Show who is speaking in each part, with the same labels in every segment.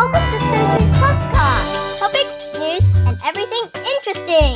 Speaker 1: Welcome to Susie's podcast. Topics, news, and everything interesting.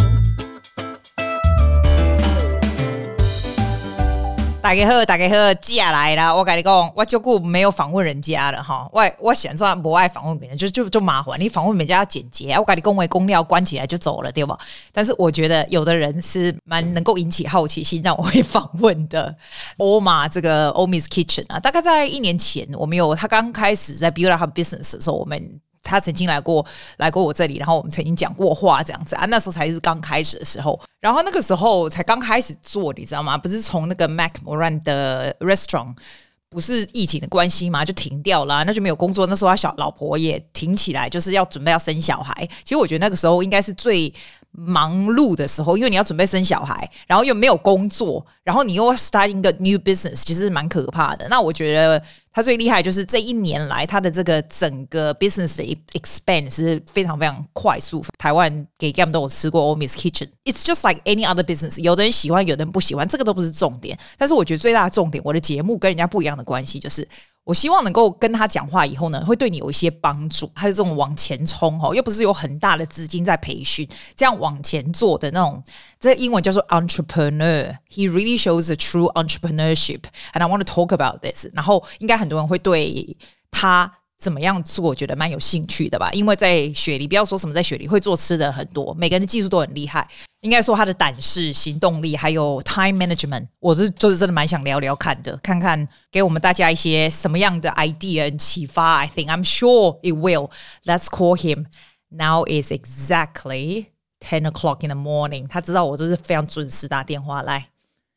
Speaker 2: 大家好，大家好，寄来啦！我跟你讲，我就久没有访问人家了哈。我想说不爱访问别人，就麻烦。你访问人家要简洁，我跟你恭维公料关起来就走了，对吧？但是我觉得有的人是蛮能够引起好奇心，让我会访问的。欧玛这个 Omi's Kitchen 啊，大概在1年前，我们有他刚开始在 build up business 的时候，他曾经来过我这里，然后我们曾经讲过话这样子啊，那时候才是刚开始的时候，然后那个时候才刚开始做，你知道吗？不是从那个 Mac Moran 的 restaurant， 不是疫情的关系嘛，就停掉了，那就没有工作。那时候他老婆也停起来，就是要准备要生小孩。其实我觉得那个时候应该是最忙碌的时候，因为你要准备生小孩，然后又没有工作，然后你又要 start 一个 new business， 其实蛮可怕的。那我觉得他最厉害就是这1年来他的这个整个 business 的 expand 是非常非常快速。台湾给 Gam 都有吃过 Omi's Kitchen， it's just like any other business， 有的人喜欢，有的人不喜欢，这个都不是重点。但是我觉得最大的重点，我的节目跟人家不一样的关系就是我希望能够跟他讲话以后呢，会对你有一些帮助，还有这种往前冲又不是有很大的资金在培训，这样往前做的那种，这个英文叫做 entrepreneur。 He really shows a true entrepreneurship and I want to talk about this。 然后应该很多人会对他怎么样做我觉得蛮有兴趣的吧，因为在雪梨，不要说什么在雪梨会做吃的很多，每个人的技术都很厉害，应该说他的胆识、行动力还有 time management， 我就是真的蛮想聊聊看的，看看给我们大家一些什么样的 idea 和启发。 I think I'm sure it will. Let's call him. Now is exactly 10 o'clock in the morning。 他知道我就是非常准时打电话来。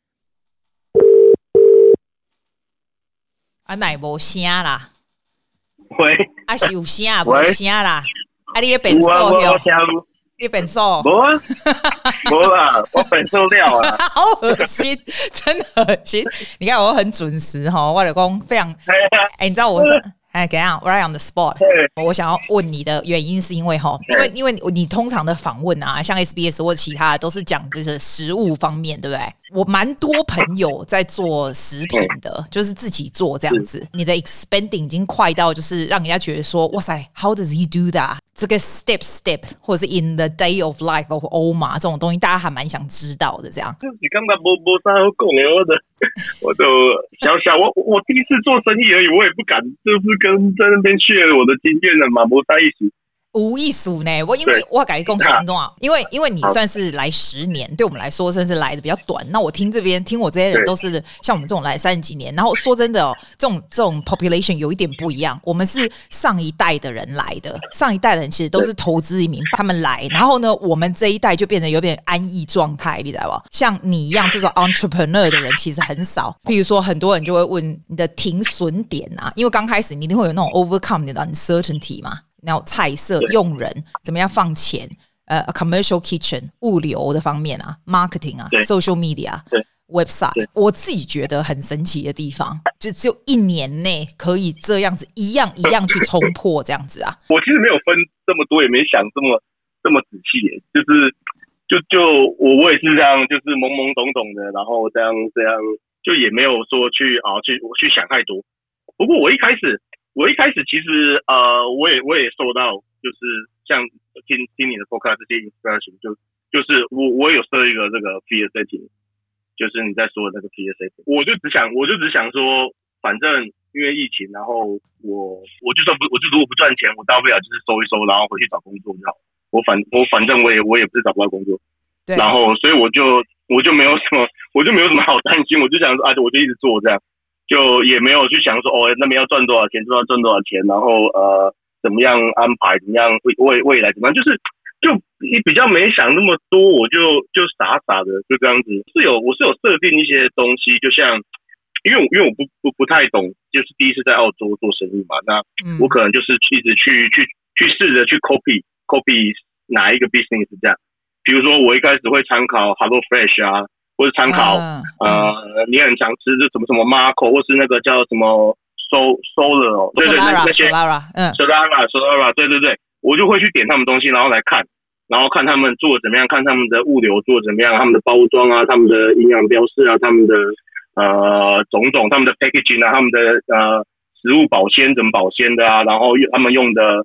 Speaker 2: 啊哪没声啦？
Speaker 3: 喂，
Speaker 2: 啊是有声啊，无声啦。啊你的本数哟？你本数？
Speaker 3: 无啊，无啦，我本数了啊。
Speaker 2: 好恶心，真的恶心。你看我很准时哈，我老公非常。你知道我是怎样 ？Right on the spot。我想要问你的原因是因为因为你通常的访问啊，像 SBS 或者其他的都是讲这个食物方面，对不对？我蛮多朋友在做食品的，就是自己做这样子。你的 expanding 已经快到就是让人家觉得说，哇塞 ，How does he do that？ 这个 step， 或者是 in the day of life of Oma 这种东西，大家还蛮想知道的。这样，
Speaker 3: 就是感觉没啥好讲的，我就想，我第一次做生意而已，我也不敢，就是跟在那边share我的经验了嘛，没啥意思。
Speaker 2: 无艺术呢，因为我改共行动啊，因为你算是来10年，对我们来说算是来的比较短。那我听我这些人都是像我们这种来30几年，然后说真的这种 population 有一点不一样。我们是上一代的人来的，上一代的人其实都是投资移民，他们来，然后呢，我们这一代就变得有点安逸状态，你知道吧？像你一样这种 entrepreneur 的人其实很少。譬如说，很多人就会问你的停损点啊，因为刚开始你一定会有那种 overcome 你的 uncertainty 嘛。然后菜色、用人怎么样放钱，commercial kitchen 物流的方面啊 ，marketing 啊 ，social media ，website， 我自己觉得很神奇的地方，就只有1年内可以这样子一样去冲破这样子啊。
Speaker 3: 我其实没有分这么多，也没想这么仔细耶，就是我也是这样，就是懵懵懂懂的，然后这样，就也没有说去想太多。不过我一开始其实我也受到，就是像听你的 podcast 这些 inspiration， 就是我有设一个这个 fear setting， 就是你在说的那个 fear setting， 我就只想说，反正因为疫情，然后我就说我就如果不赚钱，我大不了就是收一收，然后回去找工作就好。我反正我也不是找不到工作，然后所以我就没有什么好担心，我就想说我就一直做这样。就也没有去想说那边要赚多少钱，赚多少钱，然后怎么样安排，怎么样未来怎么样，就比较没想那么多，我就傻的就这样子。我是有设定一些东西，就像因为我不太懂，就是第一次在澳洲做生意嘛，那我可能就是一直去试着去 copy 哪一个 business 这样。比如说我一开始会参考 Hello Fresh 啊。或是参考你很常吃这什么 Marco， 或是那个叫什么 Solar， 对那些 Solara， 对，我就会去点他们东西，然后来看，然后看他们做的怎么样，看他们的物流做的怎么样，他们的包装啊，他们的营养标示啊，他们的种他们的 packaging 啊，他们的食物保鲜怎么保鲜的啊，然后他们用的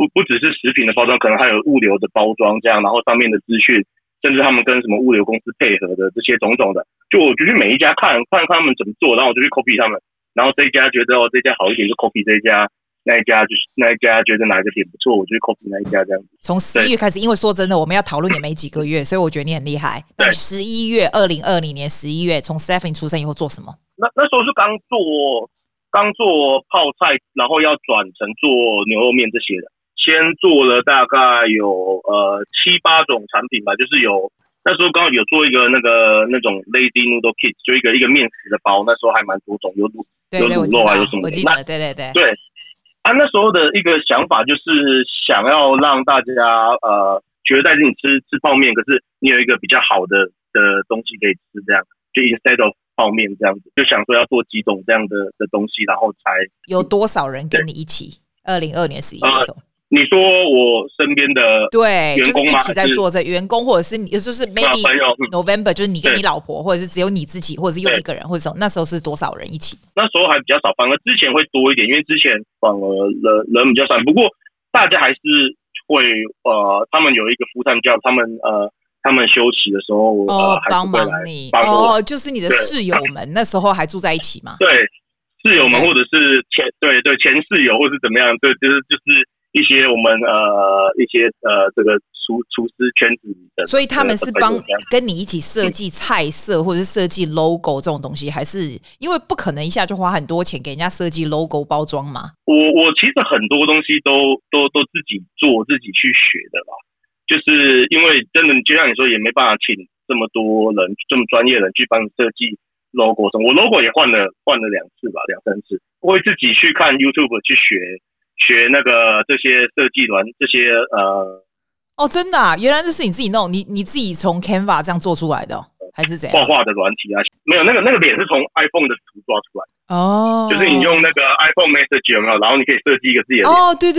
Speaker 3: 不只是食品的包装，可能还有物流的包装这样，然后上面的资讯，甚至他们跟什么物流公司配合的这些种种的，就我就去每一家看他们怎么做，然后我就去 copy 他们，然后这一家觉得这家好一点就 copy 这一家。那一家觉得哪一个点不错，我就去 copy 那一家这样子。
Speaker 2: 从11月开始，因为说真的，我们要讨论也没几个月，所以我觉得你很厉害。那11月2020年11月，从 Stephanie 出生以后做什么？
Speaker 3: 那时候是刚做泡菜，然后要转成做牛肉面这些的。先做了大概有7-8种产品吧，就是有那时候刚好有做一个那种 Lazy Noodle Kit， 就一个面食的包，那时候还蛮多种，有卤肉啊，有什么的。
Speaker 2: 我记得，对。
Speaker 3: 那时候的一个想法就是想要让大家觉得在这里吃泡面，可是你有一个比较好的东西可以吃，这样就 instead of 泡面这样子，就想说要做几种这样的东西，然后才
Speaker 2: 有多少人跟你一起？2020年11月的时候。
Speaker 3: 你说我身边的
Speaker 2: 对，
Speaker 3: 员工吗？
Speaker 2: 就是一起在做这员工，或者是你，就是 maybe November， 就是你跟你老婆，或者是只有你自己，或者是用一个人，或者什么？那时候是多少人一起？
Speaker 3: 那时候还比较少，反而之前会多一点，因为之前反而人比较少。不过大家还是会他们有一个full time job，他们休息的时候还是会来帮我。
Speaker 2: 就是你的室友们那时候还住在一起吗？
Speaker 3: 对，室友们或者是前室友，或是怎么样？对，就是。一些我们一些这个厨师圈子的，
Speaker 2: 所以他们是帮跟你一起设计菜色或者是设计 logo 这种东西，还是因为不可能一下就花很多钱给人家设计 logo 包装嘛？
Speaker 3: 我其实很多东西都自己做自己去学的啦，就是因为真的就像你说，也没办法请这么多人这么专业的人去帮你设计 logo 什么，我 logo 也换了2次吧，2-3次，我会自己去看 YouTube 去学那个这些设计这些
Speaker 2: 真的啊，原来这是你自己弄，你自己从 Canva 这样做出来的还是怎样？
Speaker 3: 画画的软体啊，没有那个脸是从 iPhone 的图抓出来
Speaker 2: 哦，
Speaker 3: 就是你用那个 iPhone Message 有没有，然后你可以设计一个自己的脸
Speaker 2: 对，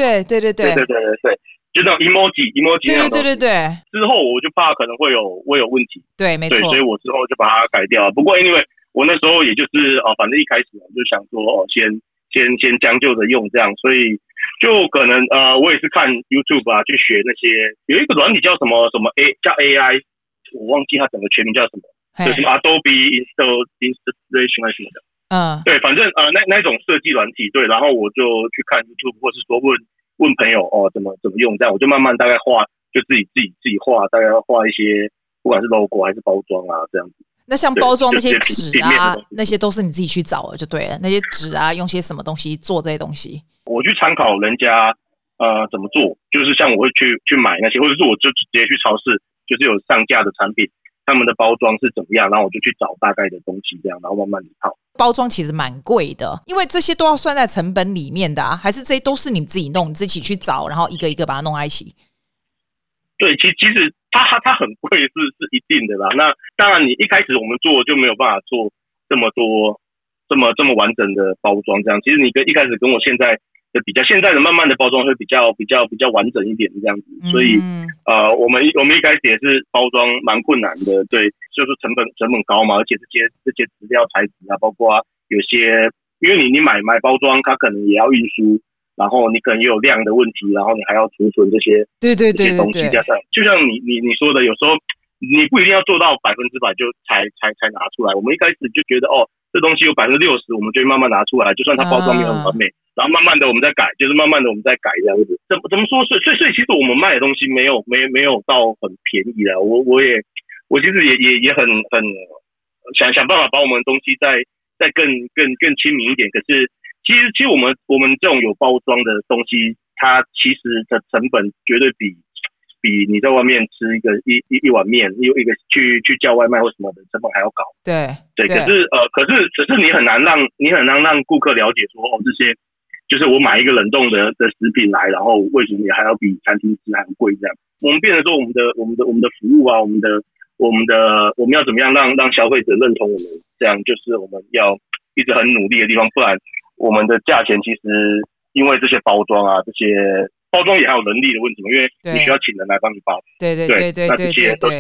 Speaker 3: 就那种 emoji 那种东西。
Speaker 2: 对，之
Speaker 3: 后我就怕可能会有问题，
Speaker 2: 对，没错，
Speaker 3: 所以我之后就把它改掉了。不过 anyway， 我那时候也就是反正一开始我就想说先将就着用这样，所以就可能我也是看 YouTube 啊，去学那些有一个软体叫什么叫 AI， 我忘记它整个全名叫什么，就什么 Adobe Installation 还是什么的，对，反正那种设计软体，对，然后我就去看 YouTube， 或是说问朋友怎么用，这样我就慢慢大概画，就自己画，大概画一些不管是 logo 还是包装啊这样子。
Speaker 2: 那像包装那些纸啊，那些都是你自己去找了就对了。那些纸啊，用些什么东西做这些东西？
Speaker 3: 我去参考人家怎么做，就是像我会去买那些，或者是我就直接去超市，就是有上架的产品，他们的包装是怎么样，然后我就去找大概的东西，这样，然后慢慢地套。
Speaker 2: 包装其实蛮贵的，因为这些都要算在成本里面的啊，还是这些都是你自己弄，自己去找，然后一个一个把它弄在一起？
Speaker 3: 对，其实它很贵是一定的啦。那当然，你一开始我们做就没有办法做这么多这么完整的包装，这样。其实你一开始跟我现在的比较，现在的慢慢的包装会比较完整一点这样子。所以我们一开始也是包装蛮困难的，对，就是成本高嘛，而且这些质料材质啊，包括有些因为你买包装，它可能也要运输。然后你可能也有量的问题，然后你还要储存这些这些东西，加上就像你说的，有时候你不一定要做到100%就才拿出来。我们一开始就觉得这东西有60%，我们就会慢慢拿出来，就算它包装没有很完美，然后慢慢的我们再改，就是慢慢的我们再改这样子。怎么说？所以其实我们卖的东西没有到很便宜啦。我其实也很想办法把我们的东西再更亲民一点，可是。其实我们这种有包装的东西，它其实的成本绝对比你在外面吃一碗面，一个去叫外卖或什么的成本还要高。对，可是你很难让顾客了解说这些就是我买一个冷冻的食品来，然后为什么你还要比餐厅吃还很贵这样？我们变成说我们的服务啊，我们要怎么样让消费者认同我们，这样就是我们要一直很努力的地方，不然。我们的价钱其实因为这些包装啊，这些包装也还有人力的问题嘛，因为你需要请人来帮你包。对，那这些都是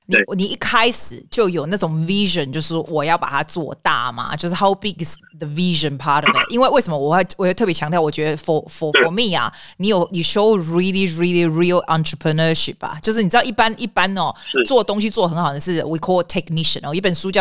Speaker 2: 你一开始就有那种 vision， 就是我要把它做大嘛，就是 how big is the vision part of it？ 因为什么我会特别强调，我觉得 for me 啊，你 show really really real entrepreneurship 吧，就是你知道一般哦，做东西做很好的是 we call technician 哦，一本书叫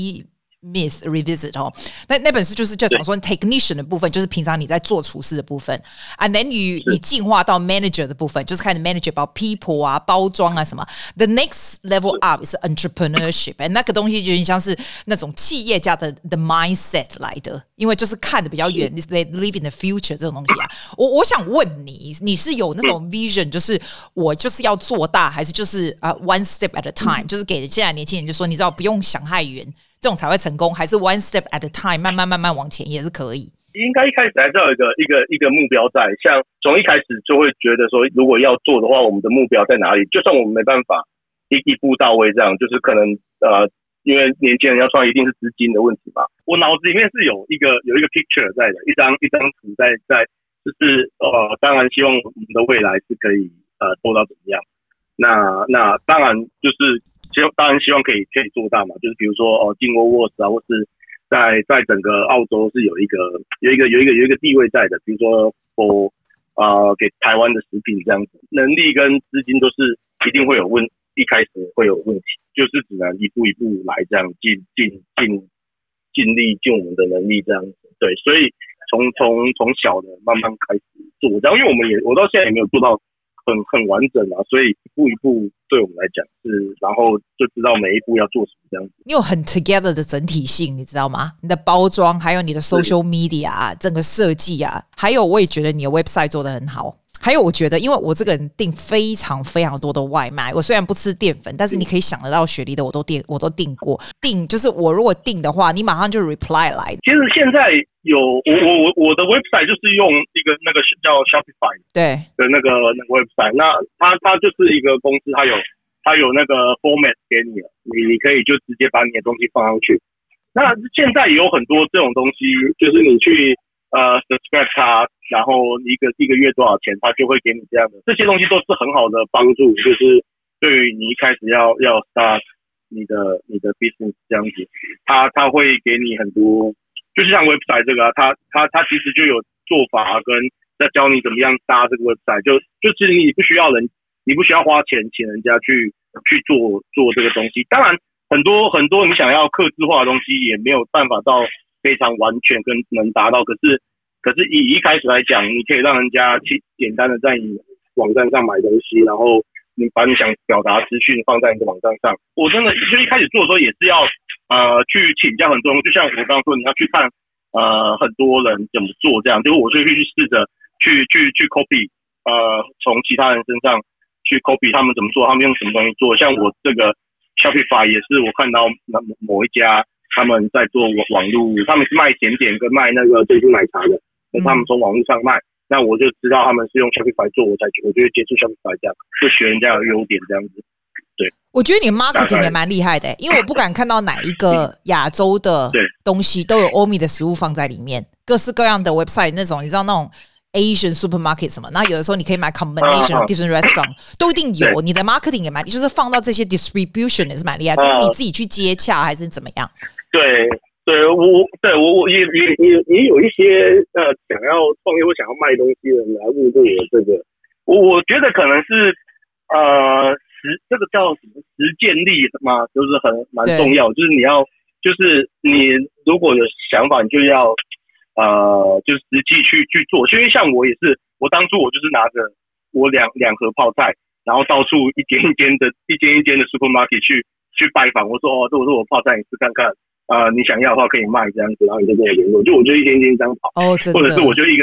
Speaker 2: Myth Revisit 哦，那本书就讲说 technician 的部分就是平常你在做厨师的部分 ，and then 你进化到 manager 的部分，就是开始 manage about people 啊、包装啊什么。The next level up 是 entrepreneurship， 那个东西就像是那种企业家的 mindset 来的，因为就是看得比较远 ，they live in the future 这种东西啊。我想问你是有那种 vision， 就是我就是要做大，还是就是one step at a time， 就是给现在年轻人就说，你知道不用想太远。这种才会成功，还是 one step at a time， 慢慢往前也是可以。
Speaker 3: 应该一开始还是要有一个目标在，像从一开始就会觉得说，如果要做的话，我们的目标在哪里？就算我们没办法一步到位，这样就是可能因为年轻人要创业一定是资金的问题嘛。我脑子里面是有一个 picture 在的，一张图在，就是当然希望我们的未来是可以做到怎么样。那当然就是当然希望可以做大嘛，就是比如说进 Woolworths 啊，或是在整个澳洲是有一个地位在的，比如说给台湾的食品这样子，能力跟资金都是一定会有一开始会有问题，就是只能一步一步来这样尽力尽我们的能力这样子，对，所以从小的慢慢开始做这样，因为我到现在也没有做到很完整啊，所以一步一步对我们来讲是，然后就知道每一步要做什么这样子。
Speaker 2: 你有很 together 的整体性，你知道吗？你的包装，还有你的 social media 啊，整个设计啊，还有我也觉得你的 website 做得很好。还有我觉得，因为我这个人订非常非常多的外卖，我虽然不吃淀粉，但是你可以想得到雪梨的我都订过。就是我如果订的话，你马上就 reply 来。
Speaker 3: 其实现在有我的 website 就是用一个那个叫 Shopify
Speaker 2: 对
Speaker 3: 的那个 website， 那它就是一个公司，它有那个 format 给你了，你可以就直接把你的东西放上去。那现在也有很多这种东西，就是你去subscribe 它，然后一个月多少钱，它就会给你这样的，这些东西都是很好的帮助，就是对于你一开始要 start 你的 business 这样子，它会给你很多，就是像 website 这个它其实就有做法跟在教你怎么样搭这个 website， 就是你不需要花钱请人家去做这个东西，当然很多你想要客制化的东西也没有办法到非常完全跟能达到，可是以一开始来讲，你可以让人家去简单的在你网站上买东西，然后你把你想表达资讯放在你的网站上。我真的就一开始做的时候也是要去请教很多人，就像我刚刚说，你要去看很多人怎么做这样，就是我就去试着去 copy 从其他人身上去 copy 他们怎么做，他们用什么东西做。像我这个 Shopify 也是我看到某一家他们在做网络，他们是卖甜点跟卖那个珍珠奶茶的，他们从网络上卖，那我就知道他们是用 Shopify 做，我就会接触 Shopify 这样，就学人家的优点这样子。对，
Speaker 2: 我觉得你 marketing 也蛮厉害的，因为我不敢看到哪一个亚洲的东西都有欧米的食物放在里面，各式各样的 website 那种，你知道那种 Asian supermarket 什么，那有的时候你可以买 combination of different restaurant 都一定有，你的 marketing 也蛮，就是放到这些 distribution 也是蛮厉害，只是你自己去接洽还是怎么样？
Speaker 3: 对，我也有一些想要创业或想要卖东西的人来问过我这个，我觉得可能是这个叫什么实践力嘛，就是蛮重要，就是你如果有想法，你就要就是实际去做。因为像我也是，我当初我就是拿着我两盒泡菜，然后到处一间一间的 supermarket 去拜访，我说这我说我泡菜你试看看。你想要的话可以卖这样子，然后你就跟我联络，就我就一天一天这样跑，或者是我就一个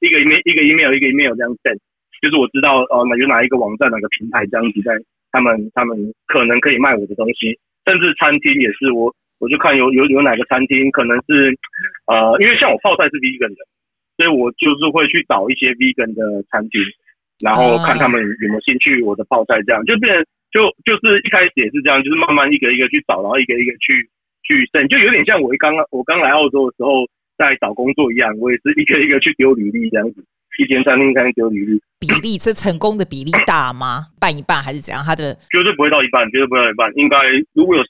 Speaker 3: email 这样 send， 就是我知道有哪一个网站哪个平台这样子在他们可能可以卖我的东西，甚至餐厅也是我就看有哪个餐厅可能是因为像我泡菜是 vegan 的，所以我就是会去找一些 vegan 的餐厅，然后看他们有没有兴趣我的泡菜，这样就变成就是一开始也是这样，就是慢慢一个一个去找，然后一个一个去就有点像我刚来澳洲的时候在找工作一样，我也是一个一个去丢履历这样子， 一间餐厅丢履历
Speaker 2: 比例是成功的比例大吗？半一半还是怎样？它的
Speaker 3: 绝对不会到一半，绝对不会到一半，应该如果有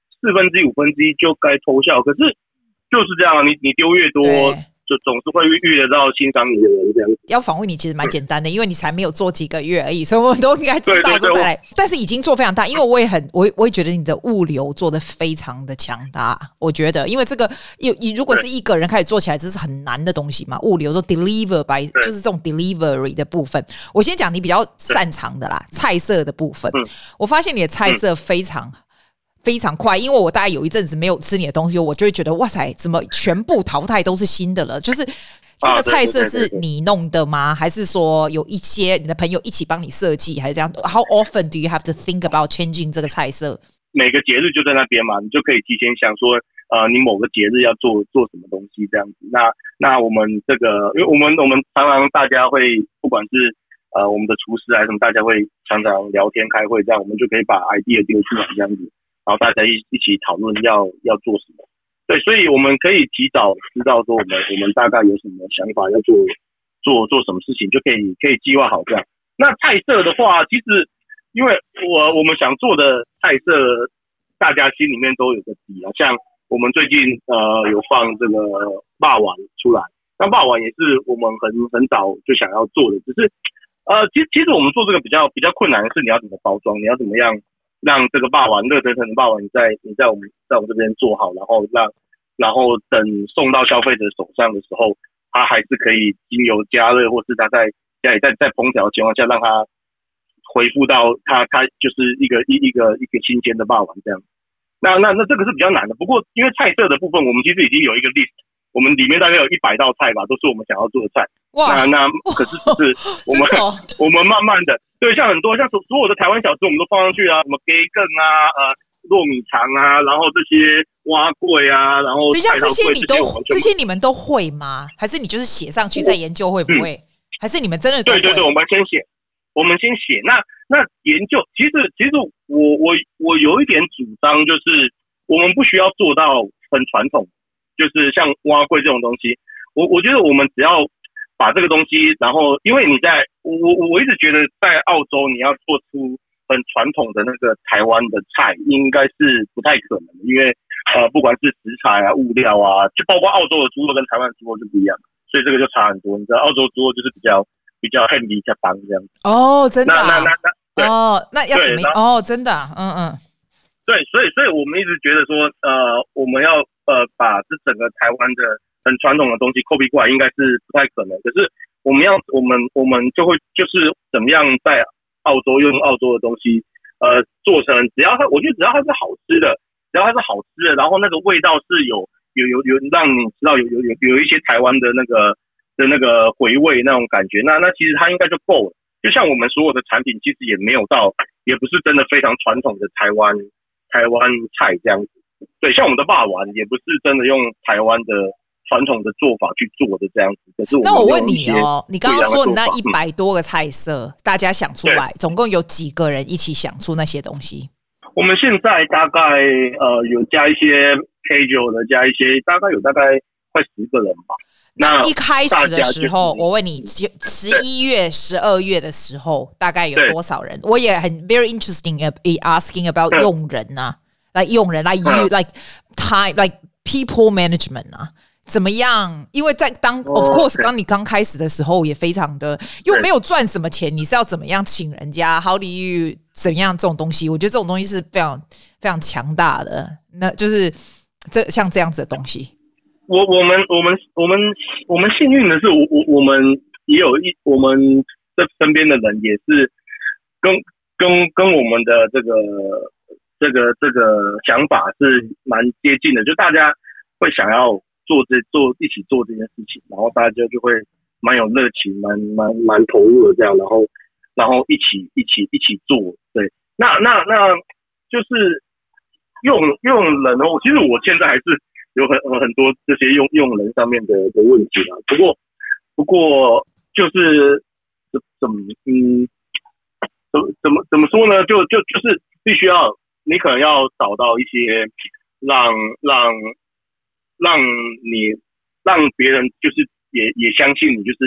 Speaker 3: 1/4、1/5就该偷笑。可是就是这样，你丢越多，就总是会遇得到欣赏你的人这样子。
Speaker 2: 要访问你其实蛮简单的，因为你才没有做几个月而已，所以我们都应该知道这再来。但是已经做非常大，因为我也觉得你的物流做得非常的强大。我觉得，因为这个如果是一个人开始做起来，这是很难的东西嘛。物流说 deliver by 就是这种 delivery 的部分。我先讲你比较擅长的啦，菜色的部分。我发现你的菜色非常快，因为我大概有一阵子没有吃你的东西，我就会觉得哇塞，怎么全部淘汰都是新的了？就是这个菜色是你弄的吗？还是说有一些你的朋友一起帮你设计，还是这样 ？How often do you have to think about changing 这个菜色？
Speaker 3: 每个节日就在那边嘛，你就可以提前想说，你某个节日要做什么东西这样子。那我们这个，因为我们常常大家会，不管是我们的厨师还是什么，大家会常常聊天开会，这样我们就可以把 idea 丢出来这样子。然后大家一起讨论要做什么，对，所以我们可以提早知道说我们大概有什么想法要做什么事情，就可以计划好这样。那菜色的话，其实因为我们想做的菜色，大家心里面都有个底啊。像我们最近有放这个肉丸出来，那肉丸也是我们很早就想要做的，只是其实我们做这个比较困难的是你要怎么包装，你要怎么样让这个肉丸热腾腾的肉丸你在我们这边做好，然后等送到消费者手上的时候，它还是可以经由加热，或是它在家里在烹调的情况下，让它恢复到它就是一个新鲜的肉丸这样。那这个是比较难的。不过因为菜色的部分，我们其实已经有一个 list， 我们里面大概有100道菜吧，都是我们想要做的菜。
Speaker 2: 哇，
Speaker 3: 那可是我们慢慢的。对，像很多所有的台湾小吃我们都放上去啊，什么鸡羹啊，糯米肠啊，然后这些蛙粿啊，然后
Speaker 2: 等一下这些你们都会吗？还是你就是写上去再研究会不会？还是你们真的都会？
Speaker 3: 对，我们先写。那研究其实我有一点主张，就是我们不需要做到很传统，就是像蛙粿这种东西，我觉得我们只要把这个东西，然后因为我一直觉得在澳洲你要做出很传统的那个台湾的菜，应该是不太可能的，因为不管是食材啊、物料啊，就包括澳洲的猪肉跟台湾的猪肉是不一样，所以这个就差很多。你知道澳洲猪肉就是比较 heavy 比较当这样子。
Speaker 2: 哦，真的啊？那要怎么样？真的啊，
Speaker 3: 对，所以我们一直觉得说，我们要把这整个台湾的很传统的东西 copy 过来，应该是不太可能。可是我们就会就是怎么样在澳洲用澳洲的东西，做成我觉得只要它是好吃的，然后那个味道是有让你知道有一些台湾的那个回味那种感觉，那其实它应该就够了。就像我们所有的产品，其实也没有到，也不是真的非常传统的台湾菜这样子。对，像我们的肉丸也不是真的用台湾的传统的做法去做的这样子。可是
Speaker 2: 那我问你哦，你刚刚说你那100多个菜色，大家想出来，总共有几个人一起想出那些东西？
Speaker 3: 我们现在大概有加一些 casual 的，加一些大概快10个人吧。
Speaker 2: 那一开始的时候，我问你，11月、12月的时候，大概有多少人？我也很 very interesting asking about 用人啊，like 用人 ，like you like time like people management 啊，怎么样？因为在of course 当你刚开始的时候，也非常的又没有赚什么钱，你是要怎么样请人家 ？How do you 怎样这种东西？我觉得这种东西是非常非常强大的，那就是像这样子的东西。
Speaker 3: 我们幸运的是，我们也有我们这身边的人也是跟我们的这个想法是蛮接近的，就大家会想要一起做这件事情，然后大家就会蛮有热情，蛮投入的这样，然后一起做，对，那就是用人哦，其实我现在还是有很多这些用人上面的问题啦。不过就是怎么说呢？就是必须要你可能要找到一些让别人就是也相信你，就是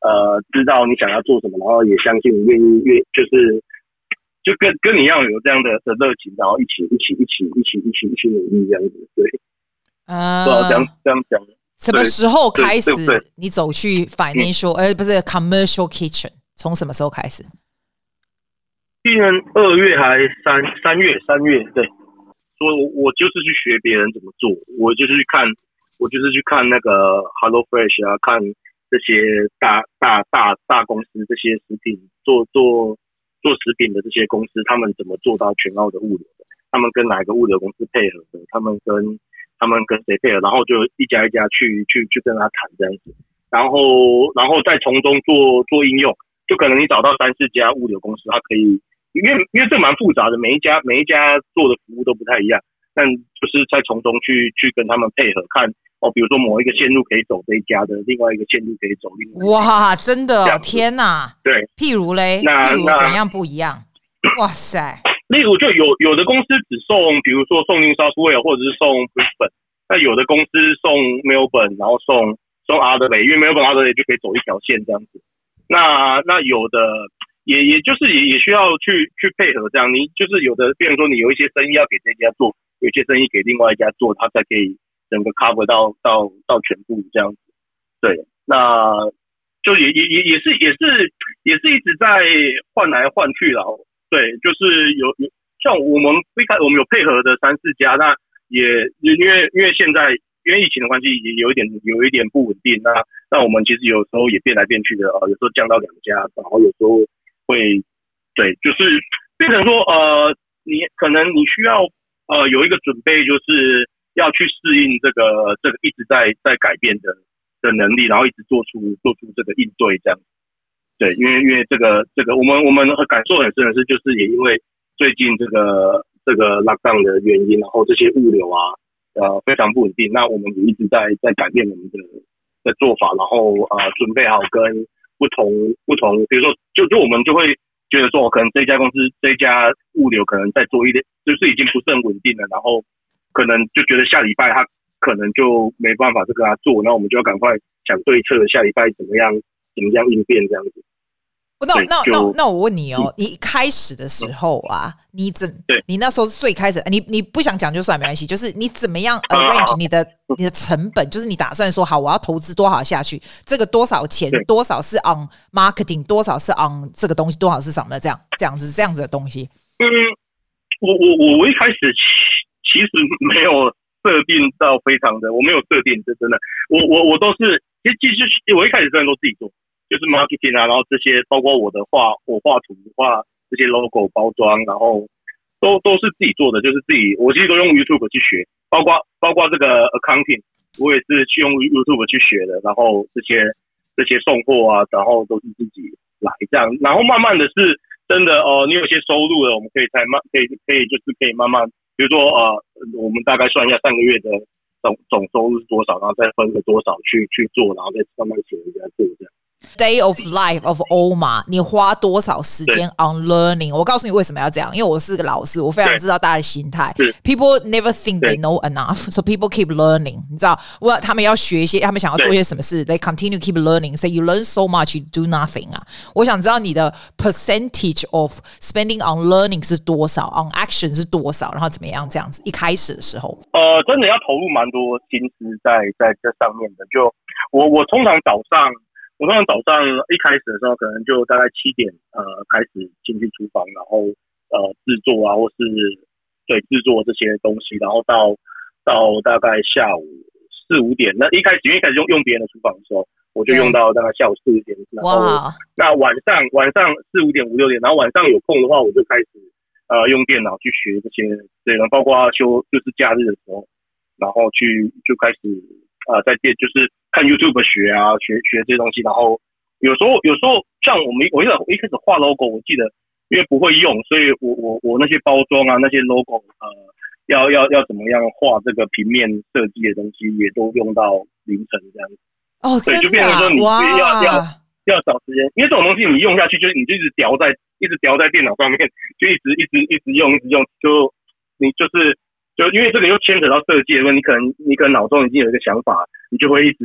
Speaker 3: 知道你想要做什么，然后也相信你愿就跟你一样有这样的热情，然后一起努力这样子，对，不知道这样讲。
Speaker 2: 什么时候开始你走去 financial 不是 commercial kitchen？ 从什么时候开始？
Speaker 3: 今年2月还3月，对，所以我就是去学别人怎么做，我就是去看那个 Hello Fresh 啊，看这些大公司这些食品做食品的这些公司，他们怎么做到全澳的物流的？他们跟哪个物流公司配合的？他们跟谁配合？然后就一家一家去跟他谈这样子，然后再从中做应用。就可能你找到3-4家物流公司，它可以，因为这蛮复杂的，每一家做的服务都不太一样，但就是在从中去跟他们配合看。比如说某一个线路可以走这一家的，另外一个线路可以走另外一家。
Speaker 2: 哇，真的哦，天哪！
Speaker 3: 对，
Speaker 2: 譬如嘞，譬如怎样不一样？哇塞！
Speaker 3: 例如就有的公司只送，比如说送 New South Wales 或者是送 Brisbane， 那有的公司送 Melbourne， 然后送 Adelaide， 因为 Melbourne Adelaide 就可以走一条线这样子。那有的也就是也需要去配合这样，你就是有的，比如说你有一些生意要给这家做，有一些生意给另外一家做，它才可以整个 cover 到全部这样子。对，那就也是一直在换来换去啦。对，就是有像我们有配合的3-4家，那也因为现在因为疫情的关系，也有一点不稳定。那我们其实有时候也变来变去的，有时候降到2家，然后有时候会对，就是变成说你可能你需要有一个准备，就是要去适应这个一直在改变的能力，然后一直做出这个应对这样。对，因为这个我们感受很深的是，就是也因为最近这个 lockdown 的原因，然后这些物流啊非常不稳定，那我们也一直在改变我们的做法，然后准备好跟不同，比如说就我们就会觉得说，可能这家公司这家物流可能再做一点，就是已经不是很稳定了，然后可能就觉得下礼拜他可能就没办法再跟他做，那我们就要赶快想对策，下礼拜怎么样应变这样子。
Speaker 2: 那我问你哦，你一开始的时候啊，你那时候最开始，你不想讲就算没关系，就是你怎么样 arrange 你的成本，就是你打算说好，我要投资多少下去，这个多少钱，多少是 on marketing， 多少是 on 这个东西，多少是什么这样子的东西。
Speaker 3: 我一开始其实没有设定到非常的，我没有设定，这真的，我都是其实我一开始真的都自己做。就是 marketing 啊，然后这些包括我画图画这些 logo 包装，然后都是自己做的，就是自己我其实都用 YouTube 去学，包括这个 accounting， 我也是去用 YouTube 去学的，然后这些送货啊，然后都是自己来这样，然后慢慢的是真的你有些收入了，我们可以就是可以慢慢，比如说我们大概算一下3个月的总收入是多少，然后再分个多少去做，然后再慢慢请人家做这样。
Speaker 2: Day of life of Omar， 你花多少时间 on learning？ 我告诉你为什么要这样，因为我是个老师，我非常知道大家的心态。People never think they know enough, so people keep learning。你知道，他们要学一些，他们想要做一些什么事 ，they continue keep learning. So you learn so much, you do nothing 啊。我想知道你的 percentage of spending on learning 是多少 ，on action 是多少，然后怎么样这样子。一开始的时候，
Speaker 3: 真的要投入蛮多心思在这上面的。就我通常早上一开始的时候，可能就大概7点开始进去厨房，然后制作啊，或是制作这些东西，然后到大概下午4-5点。那一开始用别人的厨房的时候，我就用到大概下午4-5点。然后那晚上4-5点5-6点，然后晚上有空的话，我就开始用电脑去学这些，对，然后包括就是假日的时候，然后就开始在就是看 YouTube 学啊，学这些东西，然后有时候像我一开始画 logo， 我记得因为不会用，所以我那些包装啊，那些 logo 要怎么样画这个平面设计的东西，也都用到凌晨这样子。
Speaker 2: 对，
Speaker 3: 就变成说你要找时间，因为这种东西你用下去，就是你就一直叼在电脑上面，就一直用，就你就因为这个又牵扯到设计的问题，你可能脑中已经有一个想法，你就会一直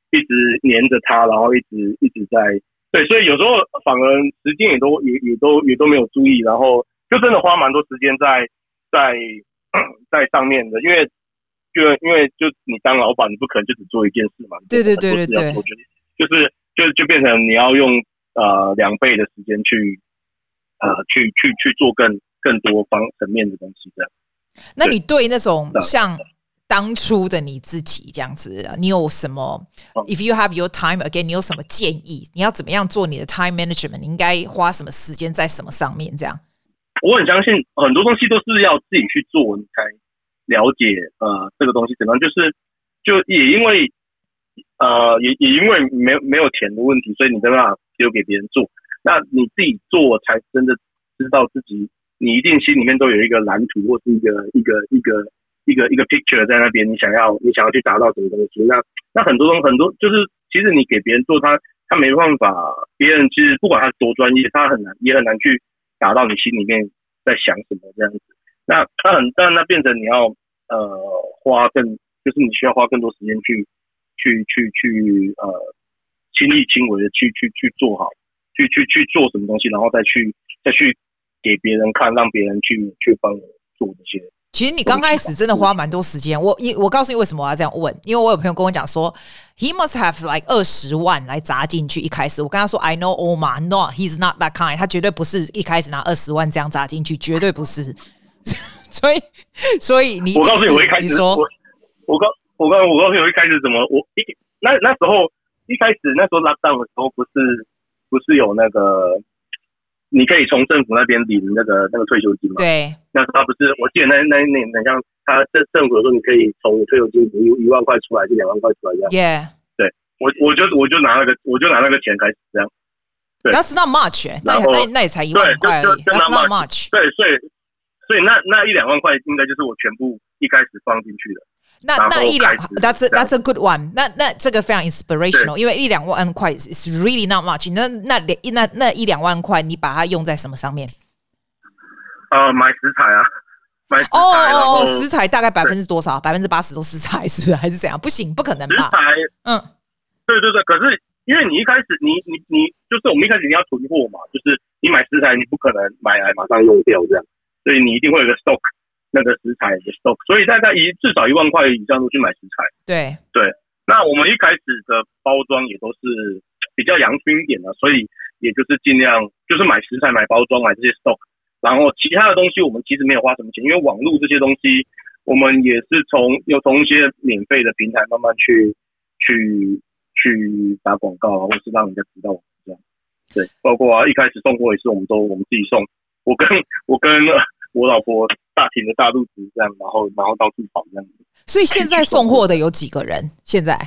Speaker 3: 一直黏着他，然后一直在对，所以有时候反而时间也都没有注意，然后就真的花蛮多时间在上面的，因为就你当老板，你不可能就只做一件事嘛，
Speaker 2: 对，
Speaker 3: 就变成你要用2倍的时间去做更多层面的东西这样。
Speaker 2: 那你对那种像当初的你自己这样子，你有什么？If you have your time again， 你有什么建议？你要怎么样做你的 time management？ 你应该花什么时间在什么上面？这样，
Speaker 3: 我很相信很多东西都是要自己去做，你才了解这个东西怎么样。就也因为也因为没有钱的问题，所以你没办法丢给别人做。那你自己做才真的知道自己，你一定心里面都有一个蓝图或是一个 picture 在那边，你想要去达到什么东西。那很多就是其实你给别人做，他没办法，别人其实不管他多专业，也很难去达到你心里面在想什么这样子。那变成你要就是你需要花更多时间去亲力亲为的去做好，去做什么东西，然后再去给别人看，让别人去帮我做这些。
Speaker 2: 其实你刚开始真的花蛮多时间，我告诉你为什么我要这样问，因为我有朋友跟我讲说 ，he must have like 20万来砸进去。一开始我跟他说 ，I know Omar, no, he's not that kind， 他绝对不是一开始拿20万这样砸进去，绝对不是。所以
Speaker 3: 我告诉你，我一开始
Speaker 2: 你说
Speaker 3: 我告诉你，我一开始怎么那时候一开始那时候 lockdown 的时候，不是有那个。你可以从政府那边领那个退休金嘛？
Speaker 2: 对。
Speaker 3: 那他不是，我记得那年很像他政府说你可以从退休金1万块出来，就2万块出来这样。
Speaker 2: Yeah。
Speaker 3: 对，我就拿那个钱开始这样。对。
Speaker 2: That's not much， 那也才1万块而已。That's not much。
Speaker 3: 对，所以那1-2万块应该就是我全部一开始放进去的。
Speaker 2: 那that's a good one。那这个非常 inspirational， 因为1-2万块 is really not much。那1-2万块，你把它用在什么上面？
Speaker 3: 买食材啊，买食材。
Speaker 2: 食材大概%多少？80%都食材是不是？还是怎样？不行，不可能吧？
Speaker 3: 食材，对。可是因为你一开始你就是我们一开始你要囤货嘛，就是你买食材，你不可能买来马上用掉这样，所以你一定会有个 stock。那个食材的 stock， 所以大概至少1万块以上都去买食材。
Speaker 2: 对，
Speaker 3: 那我们一开始的包装也都是比较阳春一点的，所以也就是尽量就是买食材、买包装、买这些 stock， 然后其他的东西我们其实没有花什么钱，因为网络这些东西我们也是从一些免费的平台慢慢去打广告啊，或是让人家知道我们这样。对，包括一开始送货也是我们自己送，我跟我老婆大挺着大肚子这样，然后到处跑这样子。所
Speaker 2: 以现在送货的有几个人？现在？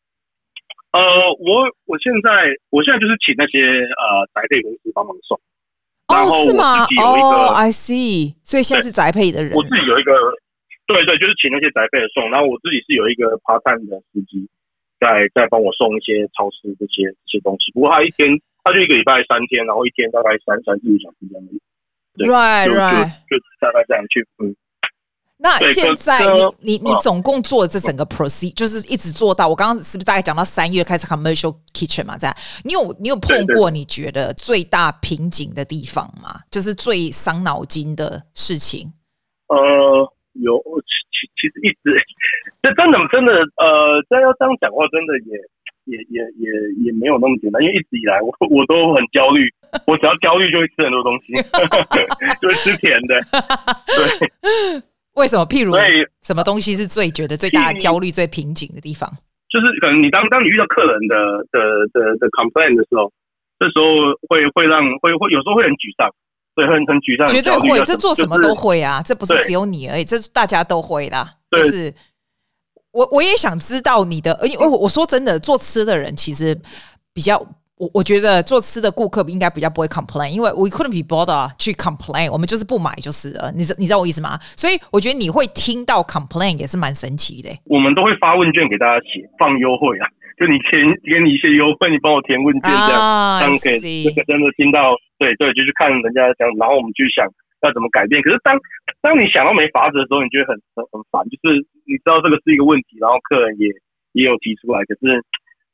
Speaker 3: 我现在就是请那些宅配公司帮忙送。
Speaker 2: 是吗？I
Speaker 3: see。
Speaker 2: 所以现在是宅配的人。
Speaker 3: 我自己有一个，对，就是请那些宅配的送。然后我自己是有一个part-time的司机，在帮我送一些超市这些东西。不过他就一个礼拜3天，然后一天大概3-4个小时这样子。
Speaker 2: Right，
Speaker 3: 就大概这样去。
Speaker 2: 那现在你总共做这整个 procedure， 就是一直做到我刚刚是不是大概讲到3月开始 commercial kitchen 嘛？这样，你有碰过你觉得最大瓶颈的地方吗？就是最伤脑筋的事情？
Speaker 3: 有，其实一直这真的要这样讲话，真的也没有那么简单，因为一直以来我都很焦虑，我只要焦虑就会吃很多东西，就会吃甜的。对，
Speaker 2: 为什么？譬如什么东西是觉得最大的焦虑、最瓶颈的地方？
Speaker 3: 就是可能你当你遇到客人的 complaint 的时候，这时候会有时候会很沮丧。对，很沮丧，
Speaker 2: 绝对会，这做什么都会啊，这不是只有你而已，这大家都会啦。就是我也想知道你的，因为我说真的，做吃的人其实比较，我觉得做吃的顾客应该比较不会 complain， 因为 we couldn't be bothered 去 complain， 我们就是不买就是了，你知道我意思吗？所以我觉得你会听到 complain 也是蛮神奇的。
Speaker 3: 我们都会发问卷给大家写，放优惠啊。就你给你一些优惠，你帮我填问卷这样，这样可以真的听到，对，就去看人家讲，然后我们去想要怎么改变。可是当你想到没法子的时候，你觉得很烦，就是你知道这个是一个问题，然后客人也有提出来，可是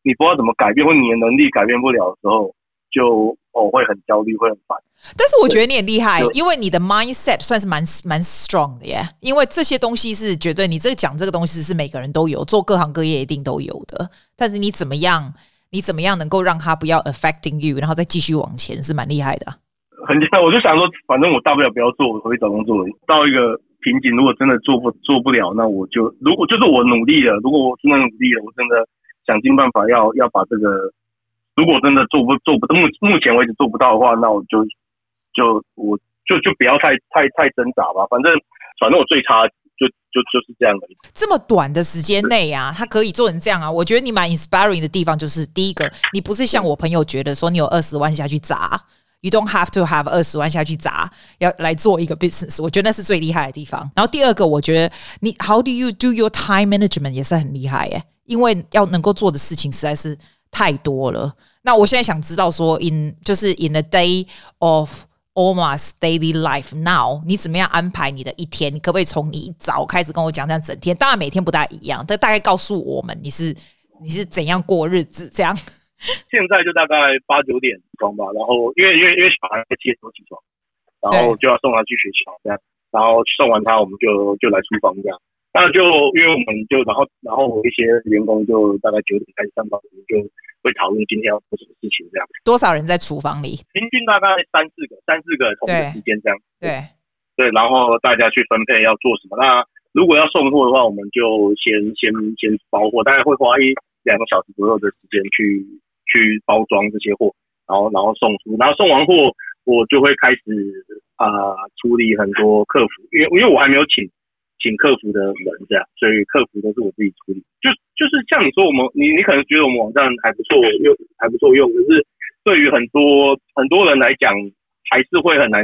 Speaker 3: 你不知道怎么改变，或你的能力改变不了的时候，就会很焦虑，会很烦。
Speaker 2: 但是我觉得你很厉害，因为你的 mindset 算是蛮 strong 的耶。因为这些东西是绝对，你讲这个东西是每个人都有，做各行各业一定都有的。但是你怎么样能够让它不要 affecting you， 然后再继续往前，是蛮厉害的。
Speaker 3: 很简单，我就想说，反正我大不了不要做，我回去找工作。到一个瓶颈，如果真的做不了，那我就如果就是我努力了，如果我真的努力了，我真的想尽办法要把这个，如果真的做不到，目前为止做不到的话，那我就不要太挣扎吧。反正我最差就是这样的。
Speaker 2: 这么短的时间内啊，他可以做成这样啊，我觉得你蛮 inspiring 的地方就是第一个，你不是像我朋友觉得说你有20万下去砸。You don't have to have 20万下去砸，要来做一个 business， 我觉得那是最厉害的地方。然后第二个，我觉得你 How do you do your time management 也是很厉害耶，因为要能够做的事情实在是太多了。那我现在想知道说 in a day of almost daily life now， 你怎么样安排你的一天？你可不可以从你一早开始跟我讲这样整天？当然每天不大一样，但大概告诉我们你是怎样过日子这样。
Speaker 3: 现在就大概8、9点起床吧，然后因为小孩7点多起床，然后就要送他去学校这样，然后送完他我们就来厨房这样。那就因为我们就然后我一些员工就大概9点开始上班，我们就会讨论今天要做什么事情这样。
Speaker 2: 多少人在厨房里？
Speaker 3: 平均大概3、4个同一个时间这样。对，然后大家去分配要做什么。那如果要送货的话，我们就先包货，大概会花1-2个小时左右的时间去包装这些货，然后送出，然后送完货，我就会开始处理很多客服，因为我还没有请客服的人这样，所以客服都是我自己处理。就是像你说你可能觉得我们网站还不错用，可是对于很多人来讲，还是会很难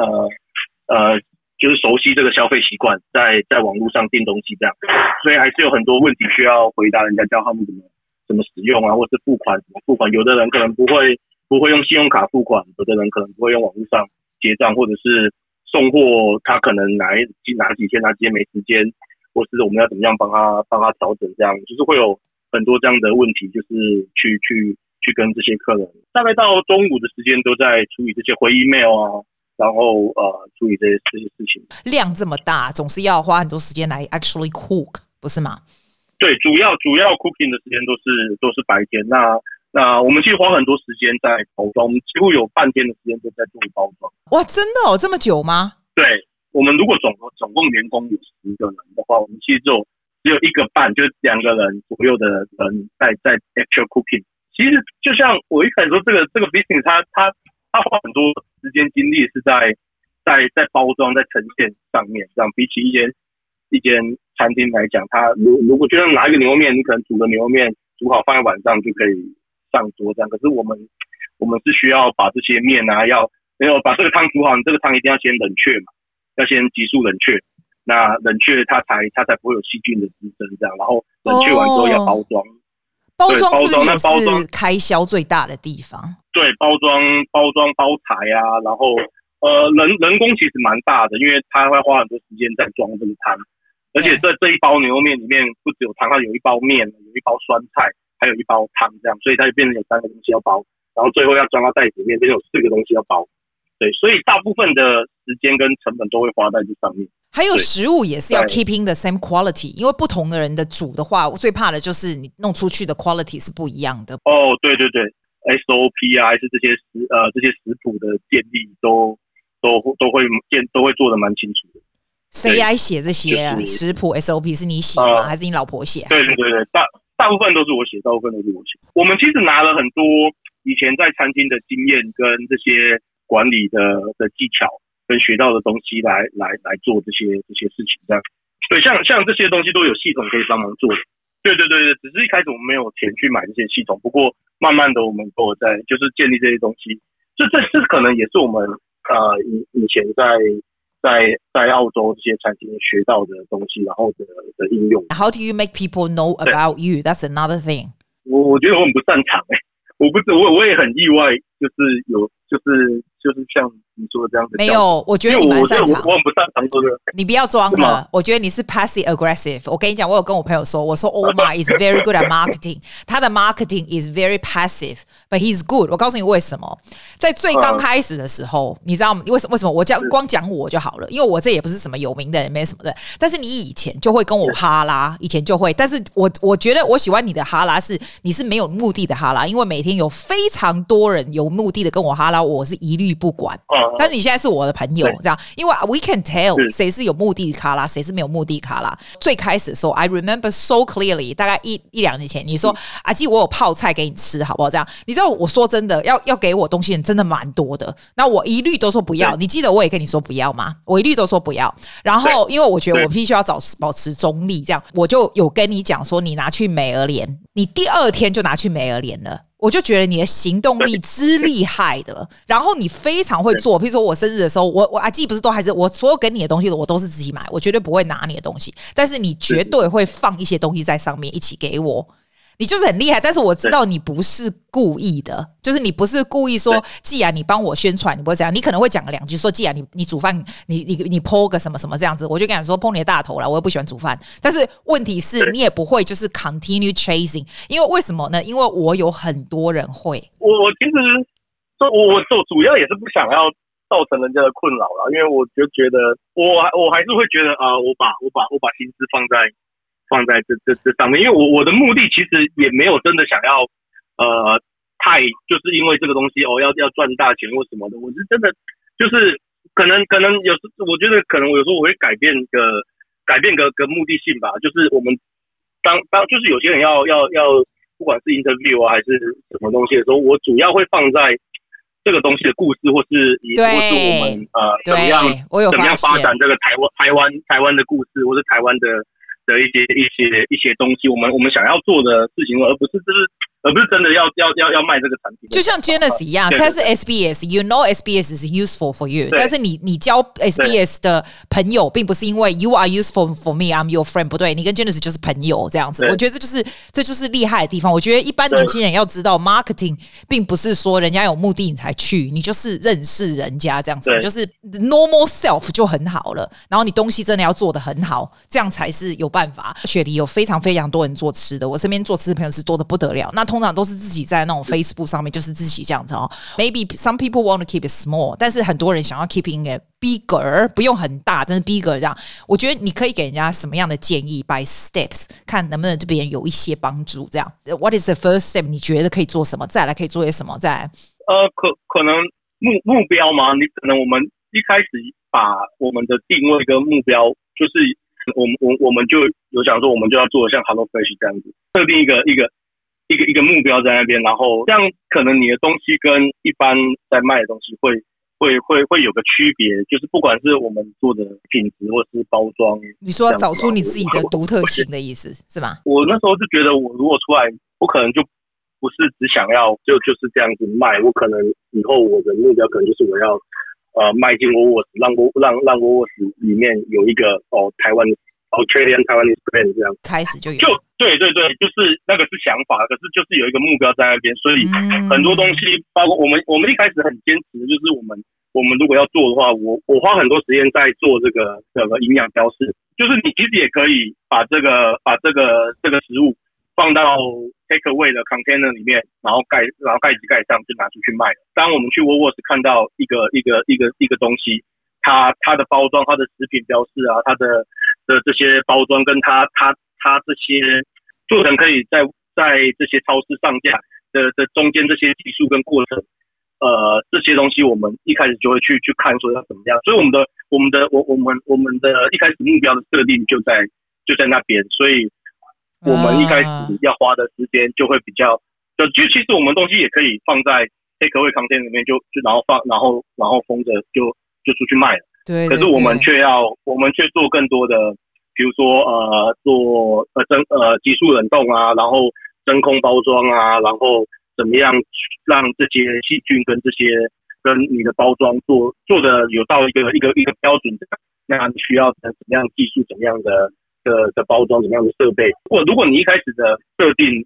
Speaker 3: 就是熟悉这个消费习惯，在网络上订东西这样，所以还是有很多问题需要回答人家，教他们怎么使用啊，或是付款怎么付款。有的人可能不会用信用卡付款，有的人可能不会用网络上结账，或者是送货他可能哪几天没时间，或是我们要怎么样帮他调整，这样就是会有很多这样的问题，就是去跟这些客人，大概到中午的时间都在处理这些回 email 啊。然后处理这些事情，
Speaker 2: 量这么大，总是要花很多时间来 actually cook， 不是吗？对，
Speaker 3: 主要 cooking 的时间都是白天。那我们其实花很多时间在包装，我们几乎有半天的时间都在做包装。
Speaker 2: 哇，真的哦，这么久吗？
Speaker 3: 对，我们如果总共员工有10个人的话，我们其实只有1个半，就是2个人左右的人在 actual cooking。其实就像我一开始说，这个 business 他花很多时间精力是在包装、在呈现上面，这样比起一间餐厅来讲，他如果觉得拿一个牛肉面，你可能煮个牛肉面煮好放在晚上就可以上桌这样。可是我们是需要把这些面啊，要把这个汤煮好，你这个汤一定要先冷却嘛，要先急速冷却。那冷却它才不会有细菌的滋生这样，然后冷却完之后要包装。
Speaker 2: 包装是不是也是开销最大的地方？
Speaker 3: 对，包装包材啊，然后人工其实蛮大的，因为他会花很多时间在装这个汤，而且这一包牛肉面里面不只有汤，它有一包面，有一包酸菜，还有一包汤这样，所以它就变成有3个东西要包，然后最后要装到袋子里面，变成有4个东西要包。对，所以大部分的时间跟成本都会花在这上面。
Speaker 2: 还有食物也是要 keeping the same quality， 因为不同的人的煮的话，我最怕的就是你弄出去的 quality 是不一样的。
Speaker 3: 哦，对 ，SOP 啊，还是这些食谱的建立都会做得蛮清楚的。
Speaker 2: 谁来写这些食谱 SOP？ 是你写吗？还是你老婆写？
Speaker 3: 对，大部分都是我写，我们其实拿了很多以前在餐厅的经验跟这些管理的技巧。跟学到的东西来做这些事情，这样对，像这些东西都有系统可以帮忙做的，对，只是一开始我们没有钱去买这些系统，不过慢慢的我们都有在就是建立这些东西，这可能也是我们以前在澳洲这些餐厅学到的东西，然后的应用。
Speaker 2: How do you make people know about you? That's another thing.
Speaker 3: 我觉得我很不擅长我也很意外，就是就是像你说的这样的？
Speaker 2: 没有，我觉得你蛮擅长。
Speaker 3: 我很不擅长做这个。
Speaker 2: 你不要装了，我觉得你是 passive aggressive。我跟你讲，我有跟我朋友说，我说 Omar is very good at marketing， 他的 marketing is very passive，but he's good。我告诉你为什么，在最刚开始的时候，你知道吗？为什么我光讲我就好了？因为我这也不是什么有名的人，没什么的。但是你以前就会跟我哈拉，以前就会。但是我觉得我喜欢你的哈拉是你是没有目的的哈拉，因为每天有非常多人有目的的跟我哈拉，我是一律不管。但是你现在是我的朋友，这样，因为 we can tell 谁是有目的卡拉，谁是没有目的卡拉。最开始的时候 I remember so clearly， 大概一两年前，你说阿基，我有泡菜给你吃，好不好？这样，你知道我说真的，要给我东西人真的蛮多的，那我一律都说不要。你记得我也跟你说不要吗？我一律都说不要。然后因为我觉得我必须要保持中立，这样我就有跟你讲说，你拿去美而莲，你第二天就拿去美而莲了。我就觉得你的行动力之厉害的，然后你非常会做。譬如说我生日的时候，我阿纪不是都还是我所有给你的东西，我都是自己买，我绝对不会拿你的东西，但是你绝对会放一些东西在上面一起给我。你就是很厉害，但是我知道你不是故意的，就是你不是故意说，既然你帮我宣传，你不会这样，你可能会讲个两句，说既然你煮饭，你泼个什么什么这样子，我就跟你说泼你的大头啦，我又不喜欢煮饭。但是问题是你也不会就是 continue chasing， 因为为什么呢？因为我有很多人会。
Speaker 3: 我其实说，我主要也是不想要造成人家的困扰啦，因为我就觉得我还是会觉得我把心思放在这上面，因为我的目的其实也没有真的想要太就是因为这个东西要赚大钱或什么的，我是真的就是可能有时我觉得可能我有时候我会改变个目的性吧，就是我们当就是有些人要不管是 interview 还是什么东西的时候，我主要会放在这个东西的故事，或是我们怎么样发展这个台湾的故事，或是台湾的一些东西，我们想要做的事情，而不是真的要卖这个产品。
Speaker 2: 就像 Janice 一样，他是 SBS，you know SBS is useful for you， 但是你交 SBS 的朋友，并不是因为 you are useful for me，I'm your friend， 不对，你跟 Janice 就是朋友这样子。我觉得这就是厉害的地方。我觉得一般年轻人要知道 marketing， 并不是说人家有目的你才去，你就是认识人家这样子，就是 normal self 就很好了。然后你东西真的要做得很好，这样才是有办法。雪梨有非常非常多人做吃的，我身边做吃的朋友是多得不得了。那通常都是自己在那种 Facebook 上面，就是自己这样子哦。Maybe some people want to keep it small， 但是很多人想要 keeping it bigger， 不用很大，但是 bigger 这样。我觉得你可以给人家什么样的建议 by steps， 看能不能对别人有一些帮助。这样 ，What is the first step？ 你觉得可以做什么？再来可以做些什么？再来，
Speaker 3: 可能目标嘛，你可能我们一开始把我们的定位跟目标就是。我们就有讲说，我们就要做像 HelloFresh 这样子，设定一个目标在那边，然后这样可能你的东西跟一般在卖的东西会有个区别，就是不管是我们做的品质或是包装，
Speaker 2: 你说找出你自己的独特性的意思是吗？
Speaker 3: 我那时候就觉得，我如果出来，我可能就不是只想要就是这样子卖，我可能以后我的目标可能就是我要。迈进沃沃斯，让沃沃斯里面有一个台湾 Australian Taiwanese brand 这样
Speaker 2: 开始就有，
Speaker 3: 对，就是那个是想法，可是就是有一个目标在那边，所以很多东西，包括我们一开始很坚持，就是我们如果要做的话，我花很多时间在做这个营养标示，就是你其实也可以把这个食物放到 take away 的 container 里面，然后盖子盖上就拿出去卖了。当我们去 Woolworths 看到一个东西，它的包装、它的食品标示啊，它的这些包装跟它这些做成可以在这些超市上架的中间这些技术跟过程，这些东西我们一开始就会去看说要怎么样。所以我们的一开始目标的设定就在那边，所以。我们一开始要花的时间就会比较，就其实我们东西也可以放在 take away container 里面，就然后封着就出去卖了。
Speaker 2: 对。
Speaker 3: 可是我们却做更多的，比如说做急速冷冻啊，然后真空包装啊，然后怎么样让这些细菌跟这些跟你的包装做的有到一个标准的，那你需要怎么样技术，怎么样的包装，怎么样的设备。如果你一开始的设定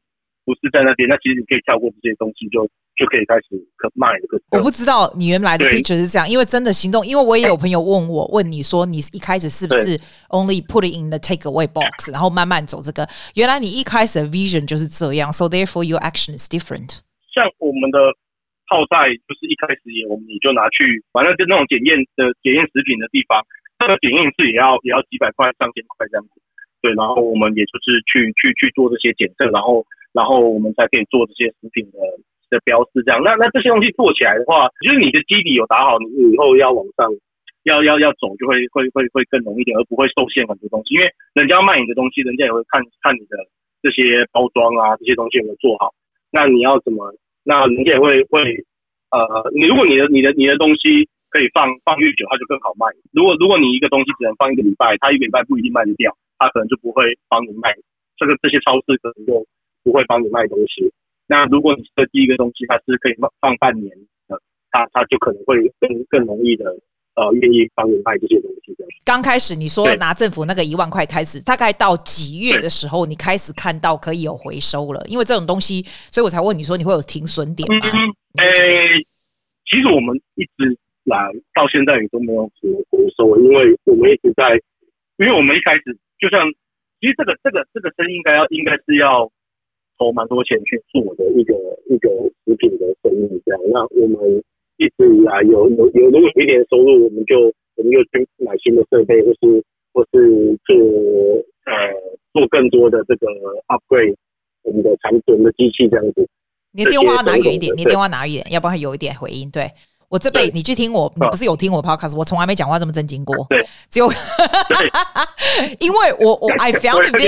Speaker 3: 不是在那边，那其实你可以跳过这些东西就可以开始卖这个。
Speaker 2: 我不知道你原来的 picture 是这样，因为真的行动，因为我也有朋友问你说，你一开始是不是 only put it in the takeaway box， 然后慢慢走这个，原来你一开始的 vision 就是这样 ，so therefore your action is different。
Speaker 3: 像我们的泡菜，就是一开始我们也就拿去，反正就那种检验食品的地方，这个检验一次也要几百块、上千块这样子。对，然后我们也就是去做这些检测，然后我们才可以做这些食品的标示这样。那这些东西做起来的话，就是你的基底有打好，你以后要往上要走就会更容易一点，而不会受限很多东西。因为人家要卖你的东西，人家也会看你的这些包装啊，这些东西有没有做好。那你要怎么？那人家也会如果你的东西可以放越久，它就更好卖。如果你一个东西只能放1个礼拜，它1个礼拜不一定卖得掉。他可能就不会帮你卖，这些超市可能就不会帮你卖东西。那如果你设计一个东西，它是可以放半年的，它就可能会更容易的愿意帮你卖这些东西。
Speaker 2: 刚开始你说拿政府那个1万块开始，大概到几月的时候，你开始看到可以有回收了？因为这种东西，所以我才问你说你会有停损点吗？
Speaker 3: 其实我们一直来到现在也都没有什么回收，因为我们一直在，因为我们一开始。就像，其实这个生意应该是要投蛮多钱去做的一个食品的生意这样。那我们一直以来如果有一点收入，我们就去买新的设备，或是做更多的这个 upgrade 我们的机器这样子。
Speaker 2: 你的电话拿远一点，要不然有一点回音。对。我这辈你去听我，你不是有听我 podcast， 我从来没讲话这么震惊过。对，只有因为我 I found it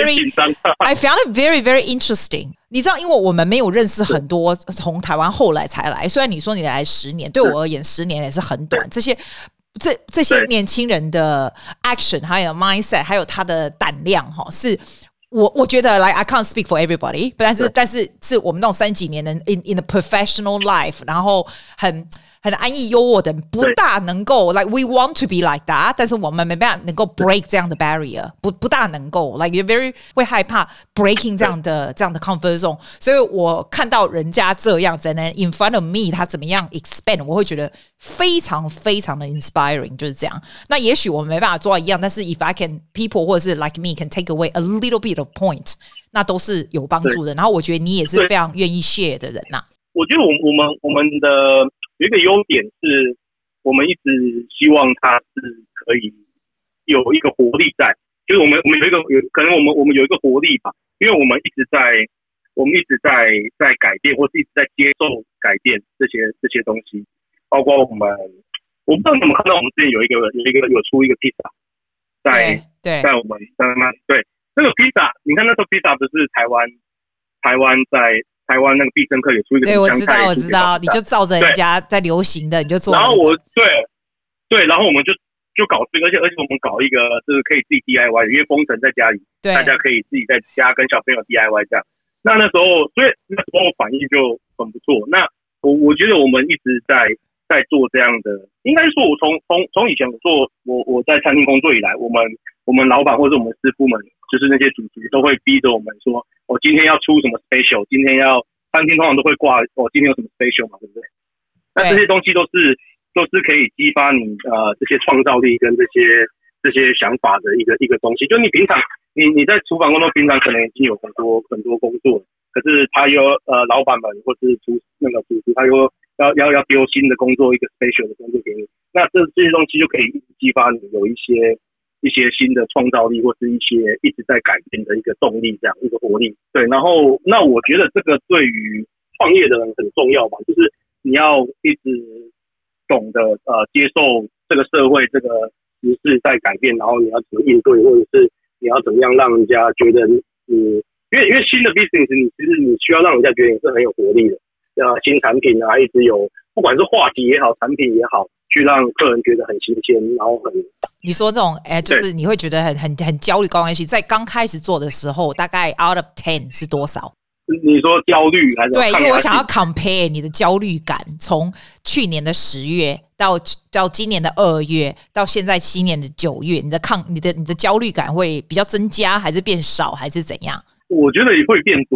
Speaker 2: very very interesting。你知道，因为我们没有认识很多从台湾后来才来，虽然你说你来10年，对我而言10年也是很短。这些年轻人的 action， 还有 mindset， 还有他的胆量，是。我觉得 I can't speak for everybody， 但是是我们那种30几年的 in the professional life， 然后很安逸优渥的人不大能够 like we want to be like that， 但是我们没办法能够 break 这样的 barrier， 不大能够 like you're very 会害怕 breaking 这样的 comfort zone， 所以我看到人家这样子 and in front of me 他怎么样 expand， 我会觉得非常非常的 inspiring， 就是这样。那也许我们没办法做到一样，但是 if I can people 或者是 like me can take away a little bit of point， 那都是有帮助的。然后我觉得你也是非常愿意 share 的人呐。
Speaker 3: 我觉得我们的有一个优点是，我们一直希望它是可以有一个活力在，就是我们可能我们有一个活力吧，因为我们一直在改变，或是一直在接受改变这些东西，包括我不知道你们看到我们之前有出一个披萨，在我们对那个披萨，你看那个披萨不是台湾那个必胜客也出一个，
Speaker 2: 对，我知道，你就照着人家在流行的，你就做。
Speaker 3: 然后对，然后我们就搞这个，而且我们搞一个就是可以自己 DIY 的，因为封城在家里，大家可以自己在家跟小朋友 DIY 这样。那时候反应就很不错。那我觉得我们一直在做这样的，应该说我从以前我在餐厅工作以来，我们老板或者我们师傅们，就是那些主厨都会逼着我们说，我今天要出什么 special， 今天餐厅通常都会挂今天有什么 special 嘛，对不对？那这些东西都是可以激发你这些创造力跟这些想法的一个东西。就你平常你在厨房工作，平常可能已经有很多工作，可是他又老板们或是主厨他又要丢新的工作，一个 special 的工作给你，那这些东西就可以激发你有一些新的创造力，或是一些一直在改变的一个动力，这样一个活力。对，然后那我觉得这个对于创业的人很重要吧，就是你要一直懂得接受这个社会这个时事在改变，然后你要怎么应对，或者是你要怎么样让人家觉得你因为新的 business 其实你需要让人家觉得你是很有活力的，新产品啊一直有，不管是话题也好，产品也好，去让客人觉得很新鲜，然后
Speaker 2: 你说这种就是你会觉得很焦虑高关系，在刚开始做的时候，大概 out of 10是多少？
Speaker 3: 你说焦虑还是？
Speaker 2: 对，因为我想要 compare 你的焦虑感，从去年的10月到今年的2月，到现在7年的9月，你的焦虑感会比较增加，还是变少，还是怎样？
Speaker 3: 我觉得也会变多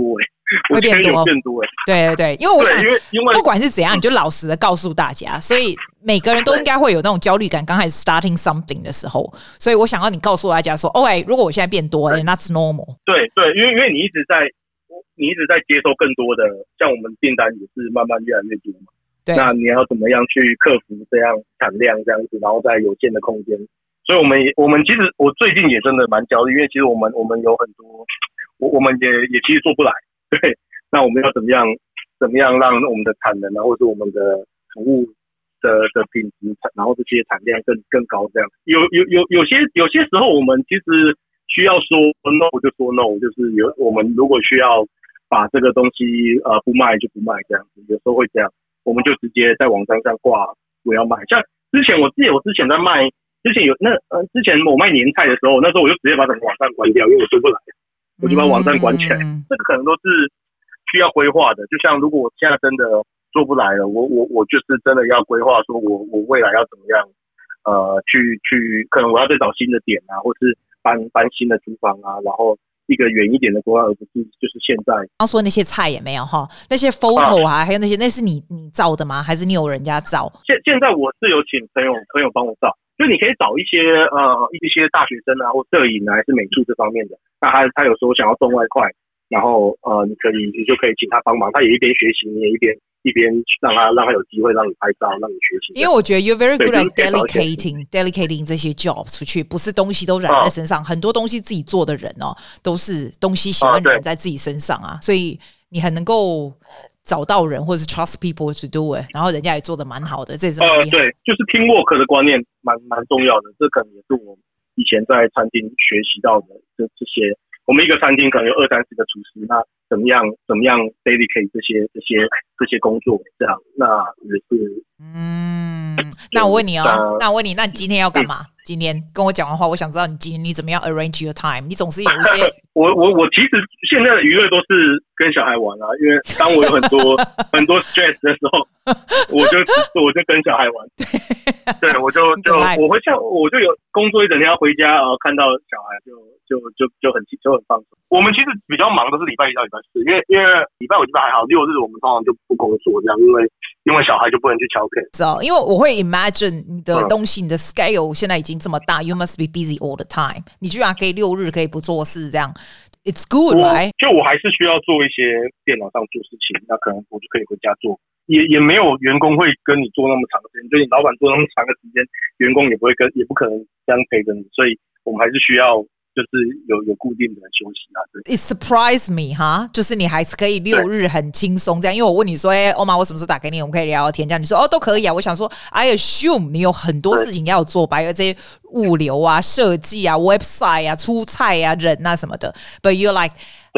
Speaker 3: 我觉得有变多哎。
Speaker 2: 对对对，因为我想，
Speaker 3: 因为
Speaker 2: 不管是怎样，你就老实的告诉大家，所以每个人都应该会有那种焦虑感。刚开始 starting something 的时候，所以我想要你告诉大家说 ，OK， 如果我现在变多，that's normal。
Speaker 3: 对对，因为你一直在接受更多的，像我们订单也是慢慢越来越多嘛。
Speaker 2: 对，
Speaker 3: 那你要怎么样去克服这样产量这样子，然后在有限的空间。所以我们其实我最近也真的蛮焦虑，因为其实我们有很多，我们也其实做不来。对，那我们要怎么样让我们的产能啊，或者是我们的服务的品质，然后这些产量更高这样。有些时候我们其实需要说 no 就说 no， 就是我们如果需要把这个东西不卖就不卖这样子，有时候会这样，我们就直接在网站上挂我要卖。像之前我之前在卖。之前我卖年菜的时候，那时候我就直接把整个网站关掉，因为我做不来，我就把网站关起来。这个可能都是需要规划的。就像如果我现在真的做不来了，我就是真的要规划，说我未来要怎么样，去可能我要再找新的点啊，或是搬新的厨房啊，然后一个远一点的规划，而不是就是现在。
Speaker 2: 刚说那些菜也没有哈，那些 photo 啊，还有那些，那是你照的吗？还是你有人家照？
Speaker 3: 现在我是有请朋友帮我照。就你可以找一些大学生啊，或摄影啊，还是美术这方面的。那他有时候想要赚外快，然后你就可以请他帮忙，他也一边学习，你也一边让他有机会让你拍照，让你学习。
Speaker 2: 因为我觉得 you're very good at delegating 这些 job 出去，不是东西都染在身上，很多东西自己做的人哦，都是东西喜欢染在自己身上啊，所以你很能够找到人，或者是 trust people to do it， 然后人家也做得蛮好的，这也是蛮厉害。
Speaker 3: 对，就是 teamwork 的观念蛮重要的，这可能也是我以前在餐厅学习到的这些。我们一个餐厅可能有20-30个厨师，那怎么样 dedicate 这些工作，这样那也是。
Speaker 2: 那我问你哦，那你今天要干嘛？今天跟我讲完话，我想知道你今天你怎么样 arrange your time？ 你总是有一些
Speaker 3: 我其实现在的娱乐都是跟小孩玩啊，因为当我有很多 stress 的时候，我就跟小孩玩。对，我就有工作一整天要回家，看到小孩就很放松。我们其实比较忙的是礼拜一到礼拜四，因为礼拜五礼拜还好，6日我们通常就不工作这样，因为小孩就不能去敲 K。
Speaker 2: 因为我会 imagine 你的东西，你的 scale 现在已经这么大，you must be busy all the time。你居然可以6日可以不做事，这样 it's good， right？
Speaker 3: 就我还是需要做一些电脑上做事情，那可能我就可以回家做。也没有员工会跟你做那么长时间，就你老板做那么长的时间，员工也不可能这样陪着你，所以我们还是需要就是有固定的休息啊。对
Speaker 2: It surprised me 哈，就是你还是可以6日很轻松这样，因为我问你说，欧妈，我什么时候打给你，我们可以聊聊天这样，你说都可以啊。我想说 I assume 你有很多事情要做吧，有这些物流啊、设计啊、website 啊、出菜啊、人啊什么的 ，But you're like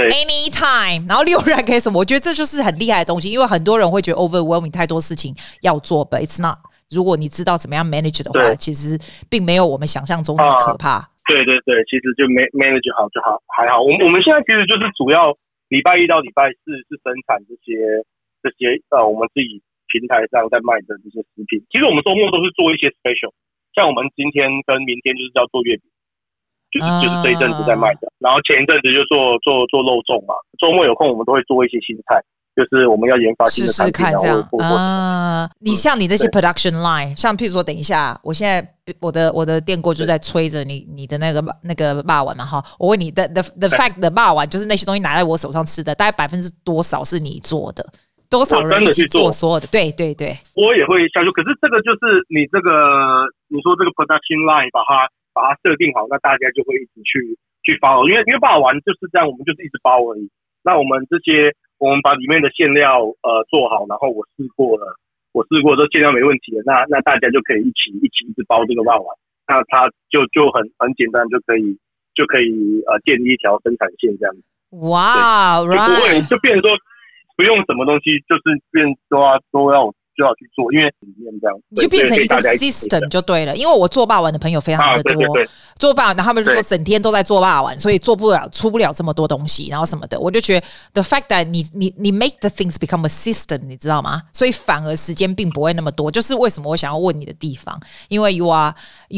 Speaker 2: anytime， 然后6日还可以什么？我觉得这就是很厉害的东西，因为很多人会觉得 overwhelming 太多事情要做 ，But it's not。如果你知道怎么样 manage 的话，其实并没有我们想象中那么可怕。
Speaker 3: 对，其实就 manage 好就好，还好。我们现在其实就是主要礼拜一到礼拜四是生产这些我们自己平台上在卖的这些食品。其实我们周末都是做一些 special， 像我们今天跟明天就是要做月饼。就是这一阵子在卖的，然后前一阵子就做肉粽嘛。周末有空我们都会做一些新菜，就是我们要研发新的产品，
Speaker 2: 试试看这样
Speaker 3: 啊。
Speaker 2: 你像你那些 production line， 像譬如说，等一下，我现在我的电锅就在吹着你的那个肉丸嘛哈。我问你的 the fact 的肉丸就是那些东西拿在我手上吃的，大概多少是你做的？多少人一起做所有的？对，
Speaker 3: 我也会下去。可是这个就是你说这个 production line 把它设定好，那大家就会一直去包，因为包完就是这样，我们就是一直包而已。那我们把里面的馅料做好，然后我试过这馅料没问题了，那大家就可以一起直包这个包完，那它就很简单，就可以建立一条生产线这样子。
Speaker 2: 哇，
Speaker 3: 就不会就变成说不用什么东西，就是变都要就就要去做，因为里面这样
Speaker 2: 你就变成一个
Speaker 3: 对大家一起
Speaker 2: system 就对了。因为我做霸王的朋友非常的多，
Speaker 3: 对
Speaker 2: 做霸王，然后他们就说
Speaker 3: 对
Speaker 2: 整天都在做霸王，所以出不了这么多东西，然后什么的。我就觉得 the fact that 你 make the things become a system， 你知道吗？所以反而时间并不会那么多。就是为什么我想要问你的地方，因为 you are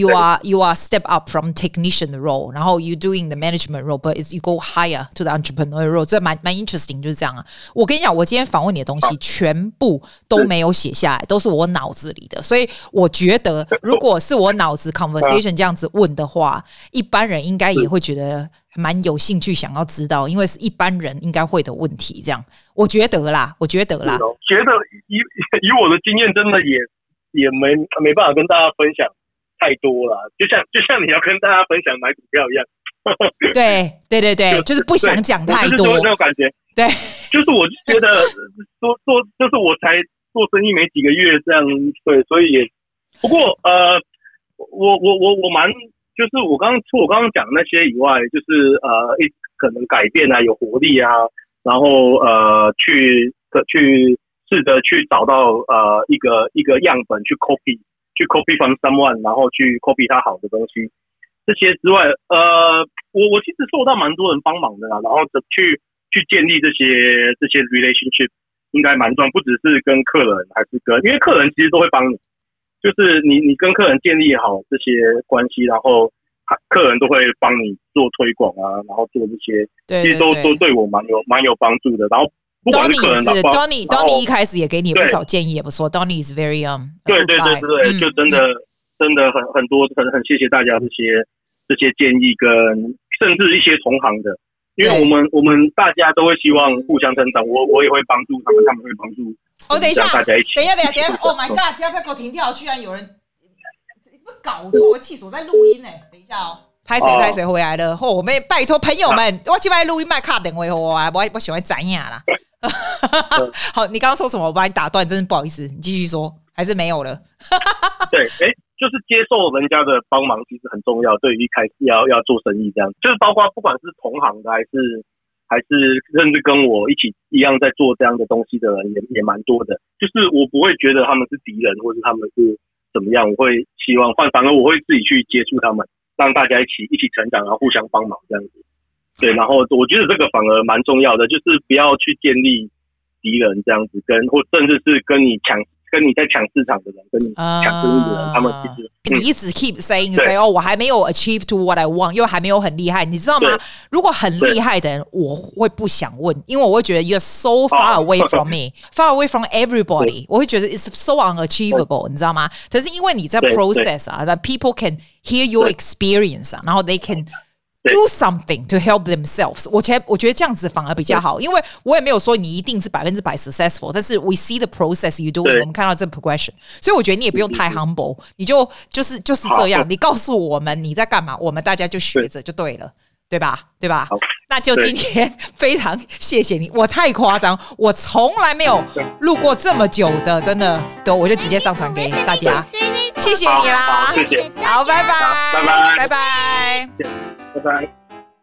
Speaker 2: step up from technician role， 然后 you doing the management role，but you go higher to the entrepreneur role， 这蛮 interesting， 就是这样啊。我跟你讲，我今天访问你的东西全部都没有写下来，都是我脑子里的，所以我觉得如果是我脑子 conversation 这样子问的话，一般人应该也会觉得蛮有兴趣想要知道，因为是一般人应该会的问题。这样，我觉得啦。
Speaker 3: 觉得以我的经验，真的也没办法跟大家分享太多啦。就像你要跟大家分享买股票一样。
Speaker 2: 对，就是不想讲太多，
Speaker 3: 就是那种感觉。对，就是我觉得就是我才做生意没几个月这样，对，所以也不过我蛮就是我刚刚讲的那些以外，就是可能改变啊，有活力啊，然后去试着去找到一个样本去 copy from someone， 然后去 copy 他好的东西。这些之外，我其实受到蛮多人帮忙的啦，然后去建立这些 relationship 应该蛮重要，不只是跟客人，还是因为客人其实都会帮你，就是你跟客人建立好这些关系，然后客人都会帮你做推广啊，然后做这些，其实都对我蛮有帮助的。然后不管是客人的
Speaker 2: Donny 一开始也给你不少建议，也不错。Donny is very
Speaker 3: 对，就真的很多很谢谢大家这些建议跟甚至一些同行的。因为我们大家都会希望互相成长，我也会帮助他们，他们会帮助。
Speaker 2: 等一下，
Speaker 3: 大家一起。
Speaker 2: 等一下 ，Oh my God！ 等一下，不要给我停掉！居然有人搞错，气死我！在录音呢。等一下哦，拍谁回来了？我们拜托朋友们，我这边录音麦卡等我我喜欢展呀啦。好，你刚刚说什么？我把你打断，真是不好意思，你继续说，还是没有了？
Speaker 3: 对，就是接受人家的帮忙，其实很重要。对于一开始要做生意，这样就是包括不管是同行的，还是甚至跟我一样在做这样的东西的人，也蛮多的。就是我不会觉得他们是敌人，或是他们是怎么样，我会希望反而我会自己去接触他们，让大家一起成长，然后互相帮忙这样子。对，然后我觉得这个反而蛮重要的，就是不要去建立敌人这样子，或甚至是跟你在抢市场的人，跟你抢生意的人，他们其实
Speaker 2: 你一直 keep saying 我还没有 achieve to what I want， 又还没有很厉害，你知道吗？如果很厉害的人，我会不想问，因为我会觉得 you're so far away from me，far away from everybody， 我会觉得 it's so unachievable， 你知道吗？可是因为你在 process 啊，that people can hear your experience 啊，然后 they can do something to help themselves， 我觉得这样子反而比较好，因为我也没有说你一定是100% successful， 但是 we see the process you do， 我们看到这 progression， 所以我觉得你也不用太 humble， 你就是这样，你告诉我们你在干嘛，我们大家就学着就对了，对吧？那就今天非常谢谢你，我太夸张，我从来没有录过这么久的，真的，我就直接上传给大家，谢谢你啦，
Speaker 3: 谢谢，
Speaker 2: 好，拜拜。
Speaker 3: 拜拜。